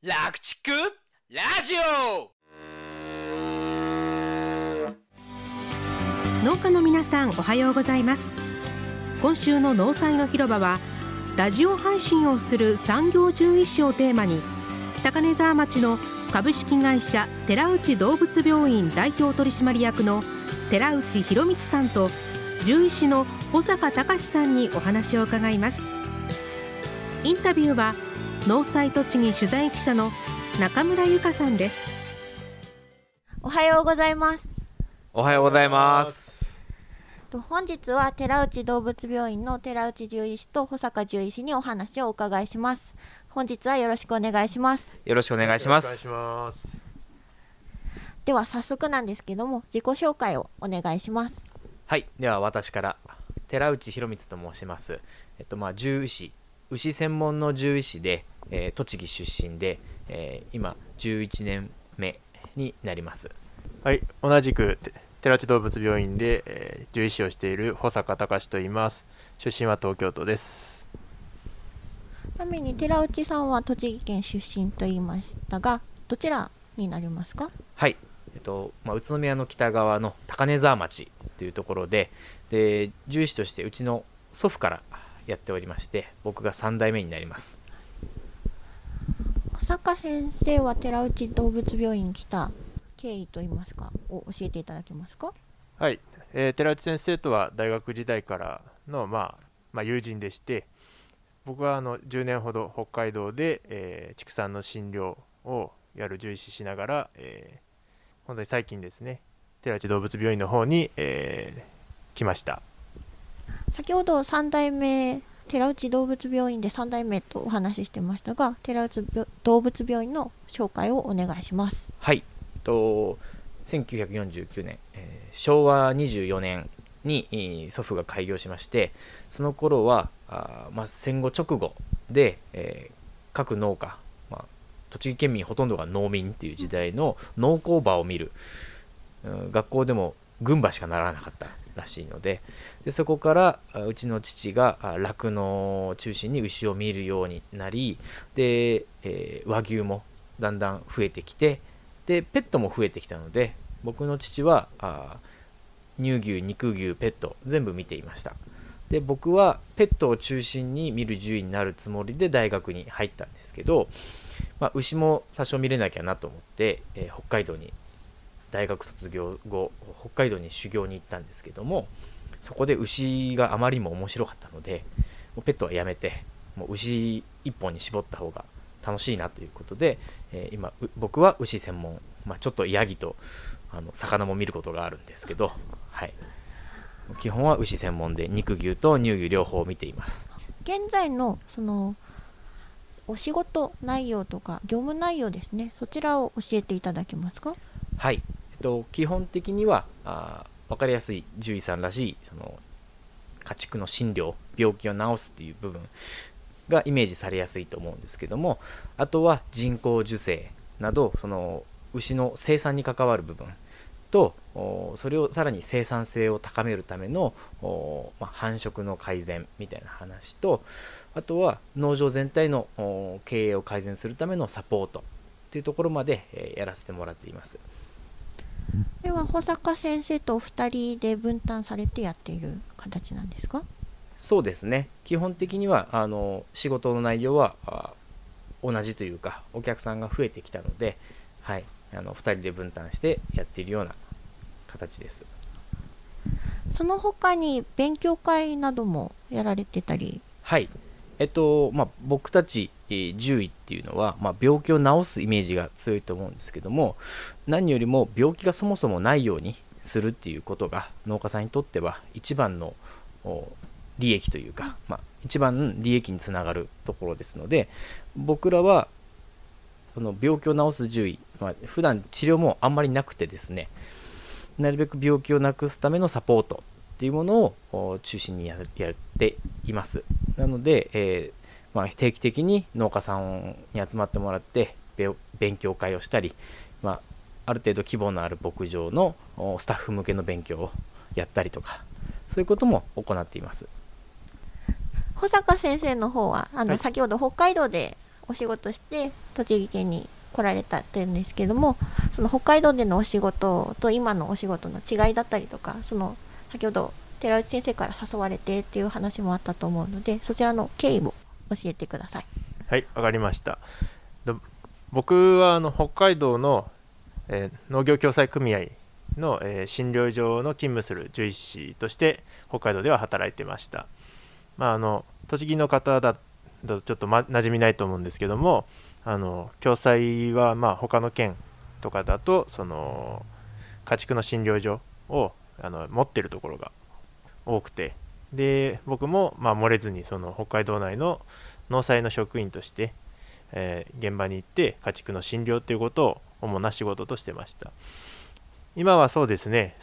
楽畜ラジオ。 農家の皆さん、おはようございます。今週の農祭の広場は、ラジオ配信をする産業獣医師をテーマに、高根沢町の株式会社寺内動物病院代表取締役の寺内博光さんと、獣医師の保坂隆さんにお話を伺います。インタビューは農祭栃木取材記者の中村由香さんです。 おはようございます。 おはようございます。 本日は寺内動物病院の寺内獣医師と保坂獣医師にお話をお伺いします。本日はよろしくお願いします。 よろしくお願いします。 では早速なんですけども、自己紹介をお願いします。 はい、では私から寺内博光と申します。獣医師、牛専門の獣医師で、栃木出身で、今11年目になります。 はい、同じく寺内動物病院で、獣医師をしている保坂隆と言います。出身は東京都です。 ちなみに寺内さんは栃木県出身と言いましたが、どちらになりますか？ はい、宇都宮の北側の高根沢町というところで、獣医師としてうちの祖父からやっておりまして、僕が3代目になります。 保坂先生は寺内動物病院に来た経緯といいますかを教えていただけますか？ はい、寺内先生とは大学時代からの、友人でして、僕は10年ほど北海道で、畜産の診療をやる獣医師しながら、本当に最近ですね、寺内動物病院の方に、来ました。 先ほど3代目、寺内動物病院で3代目とお話ししてましたが、寺内動物病院の紹介をお願いします。 はい、1949年、昭和24年に祖父が開業しまして、その頃は戦後直後で、各農家、栃木県民ほとんどが農民っていう時代の農耕馬を見る、学校でも軍馬しかならなかったらしいので、そこからうちの父が酪農を中心に牛を見るようになり、で、和牛もだんだん増えてきて、でペットも増えてきたので、僕の父は乳牛、肉牛、ペット全部見ていました。で僕はペットを中心に見る獣医になるつもりで大学に入ったんですけど、牛も多少見れなきゃなと思って、北海道に大学卒業後北海道に修行に行ったんですけども、そこで牛があまりにも面白かったので、もうペットはやめて、もう牛一本に絞った方が楽しいなということで、今僕は牛専門、ちょっとヤギと魚も見ることがあるんですけど、はい、基本は牛専門で肉牛と乳牛両方見ています。 現在のそのお仕事内容とか業務内容ですね、そちらを教えていただけますか？ はい、基本的には分かりやすい獣医さんらしい家畜の診療、病気を治すっていう部分がイメージされやすいと思うんですけども、あとは人工授精など牛の生産に関わる部分と、それをさらに生産性を高めるための繁殖の改善みたいな話と、あとは農場全体の経営を改善するためのサポートっていうところまでやらせてもらっています。 では保坂先生とお二人で分担されてやっている形なんですか？ そうですね、基本的には仕事の内容は同じというか、お客さんが増えてきたので、はい、2人で分担してやっているような形です。 その他に勉強会などもやられてたり？ はい、僕たち獣医っていうのは、病気を治すイメージが強いと思うんですけども、何よりも病気がそもそもないようにするっていうことが農家さんにとっては一番の利益というか、一番利益につながるところですので、僕らはその病気を治す獣医、普段治療もあんまりなくてですね、なるべく病気をなくすためのサポートっていうものを中心にやっています。なので、定期的に農家さんに集まってもらって勉強会をしたり、ある程度規模のある牧場のスタッフ向けの勉強をやったりとか、そういうことも行っています。 保坂先生の方は先ほど北海道でお仕事して栃木県に来られたというんですけども、その北海道でのお仕事と今のお仕事の違いだったりとか、その先ほど寺内先生から誘われてっていう話もあったと思うので、そちらの経緯を教えてください。 はい、わかりました。僕は北海道の、農業共済組合の、診療所の勤務する獣医師として北海道では働いてました。栃木の方だとちょっと馴染みないと思うんですけども、共済は他の県とかだとその家畜の診療所を持ってるところが多くて、で僕も漏れずにその北海道内の農災の職員として、現場に行って家畜の診療ということを主な仕事としてました。今はそうですね、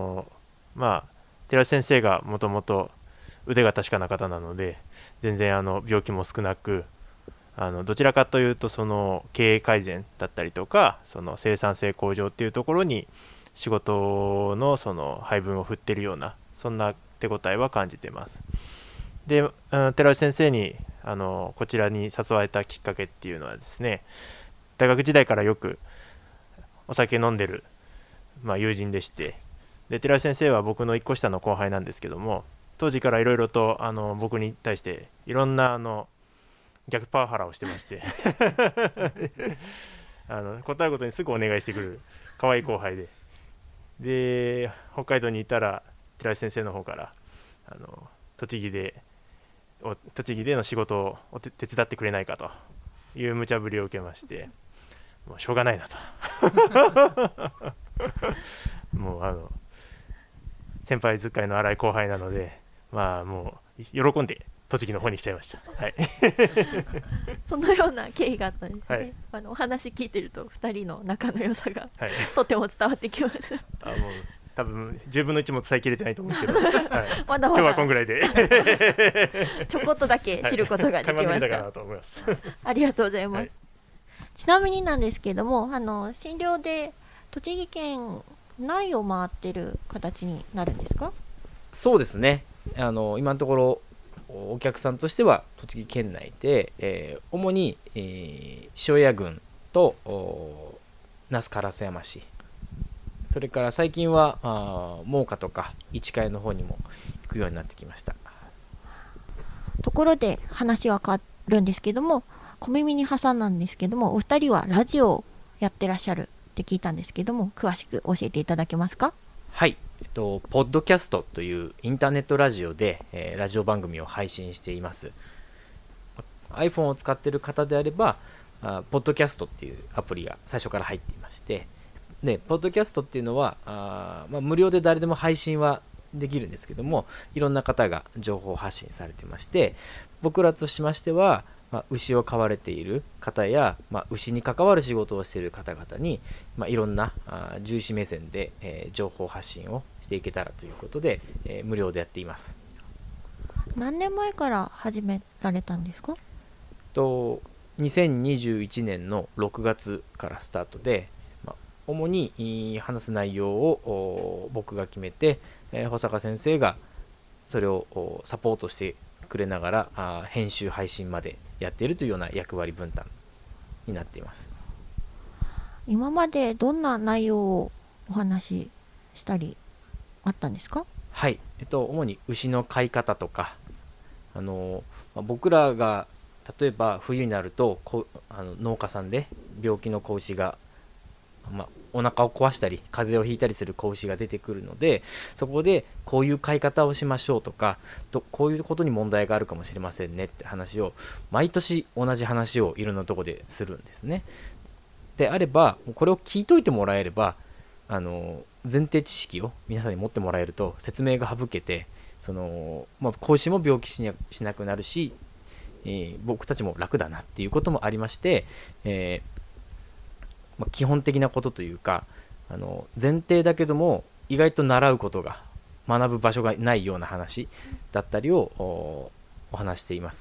寺内先生がもともと腕が確かな方なので、全然病気も少なく、どちらかというとその経営改善だったりとか、その生産性向上っていうところに仕事のその配分を振っているような、そんな手応えは感じています。で、寺内先生にこちらに誘われたきっかけっていうのはですね、大学時代からよくお酒飲んでる、友人でして、で寺内先生は僕の1個下の後輩なんですけども、当時からいろいろと僕に対していろんな逆パワハラをしてまして答えることにすぐお願いしてくる可愛い後輩で、北海道にいたら寺内先生の方から栃木での仕事を手伝ってくれないかという無茶ぶりを受けまして、もうしょうがないなともう先輩使いの荒い後輩なので、もう喜んで栃木の方に来ちゃいました。はいそのような経緯があったんですね。 はい、 お話聞いてると2人の仲の良さが、 はい、 とても伝わってきます。 もう多分10分の1も伝えきれてないと思うんですけど、はい、 まだまだ今日はこんぐらいでちょこっとだけ知ることができました。 かなと思いますありがとうございます。 はい、 ちなみになんですけども、診療で栃木県内を回ってる形になるんですか？ そうですね、今のところお客さんとしては栃木県内で、主に、塩谷郡と那須烏山市、それから最近は真岡とか市貝の方にも行くようになってきました。 ところで話は変わるんですけども、小耳に挟んだんですけども、お二人はラジオをやってらっしゃるって聞いたんですけども、詳しく教えていただけますか？ はい、ポッドキャストというインターネットラジオで、ラジオ番組を配信しています。 iPhone を使っている方であればポッドキャストっていうアプリが最初から入っていまして、でポッドキャストっていうのは無料で誰でも配信はできるんですけども、いろんな方が情報発信されてまして、僕らとしましては牛を飼われている方や、牛に関わる仕事をしている方々に、いろんな獣医師目線で、情報発信をしていけたらということで、無料でやっています。 何年前から始められたんですか ？2021年の6月からスタートで、主に話す内容を僕が決めて、保坂先生がそれをサポートしてくれながら編集配信までやっているというような役割分担になっています。 今までどんな内容をお話ししたりあったんですか？ はい、主に牛の飼い方とか、僕らが例えば冬になると農家さんで病気の子牛が、お腹を壊したり風邪をひいたりする子牛が出てくるので、そこでこういう飼い方をしましょうとか、こういうことに問題があるかもしれませんねって話を毎年同じ話をいろんなところでするんですね。であればこれを聞いといてもらえれば前提知識を皆さんに持ってもらえると説明が省けて、子牛も病気しなくなるし、僕たちも楽だなっていうこともありまして、基本的なことというか前提だけども意外と習うことが学ぶ場所がないような話だったりをお話しています。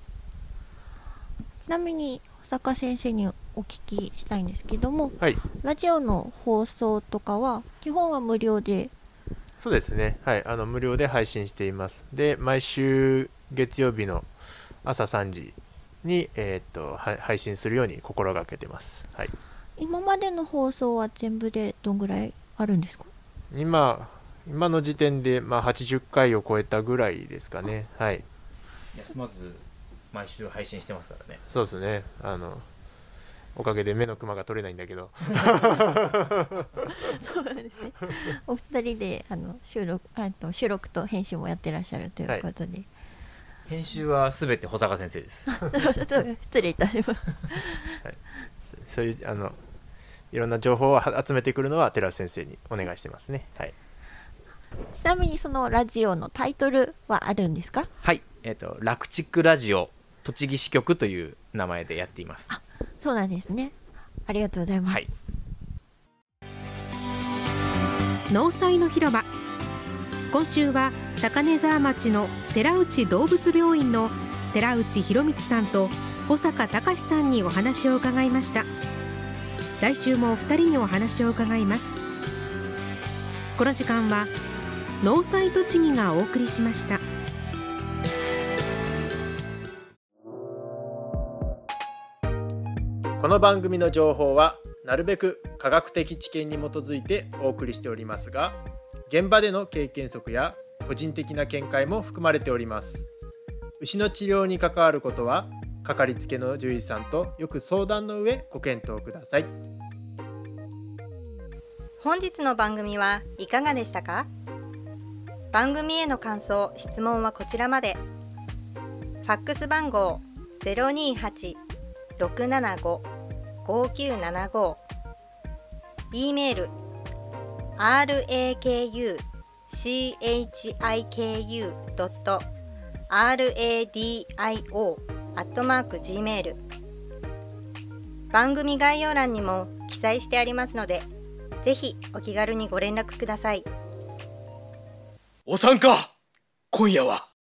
ちなみに保坂先生にお聞きしたいんですけども、 はい、 ラジオの放送とかは基本は無料で？ そうですね、はい、無料で配信しています。で毎週月曜日の朝3時に、配信するように心がけてます。はい、 今までの放送は全部でどんぐらいあるんですか？ 今の時点で、80回を超えたぐらいですかね。はい。 休まず毎週配信してますからね。 そうですね。おかげで目のクマが取れないんだけど。 そうなんですね。お二人で収録と編集もやってらっしゃるということで、 編集はすべて保坂先生です。 失礼いたします。 はい、そういういろんな情報を集めてくるのは寺内先生にお願いしてますね。はい、 ちなみにそのラジオのタイトルはあるんですか？ はい、楽竹ラジオ栃木支局という名前でやっています。 あ、そうなんですね。ありがとうございます。 はい、 農祭の広場、今週は高根沢町の寺内動物病院の寺内博光さんと保坂隆さんにお話を伺いました。来週もお二人にお話を伺います。この時間は農祭栃木がお送りしました。 この番組の情報はなるべく科学的知見に基づいてお送りしておりますが、現場での経験則や個人的な見解も含まれております。牛の治療に関わることはかかりつけの獣医さんとよく相談の上ご検討ください。 本日の番組はいかがでしたか？番組への感想・質問はこちらまで。ファックス番号 028-675-5975、 E メール rakuchiku.radio@gmail、 番組概要欄にも記載してありますので、ぜひお気軽にご連絡ください。 お参加今夜は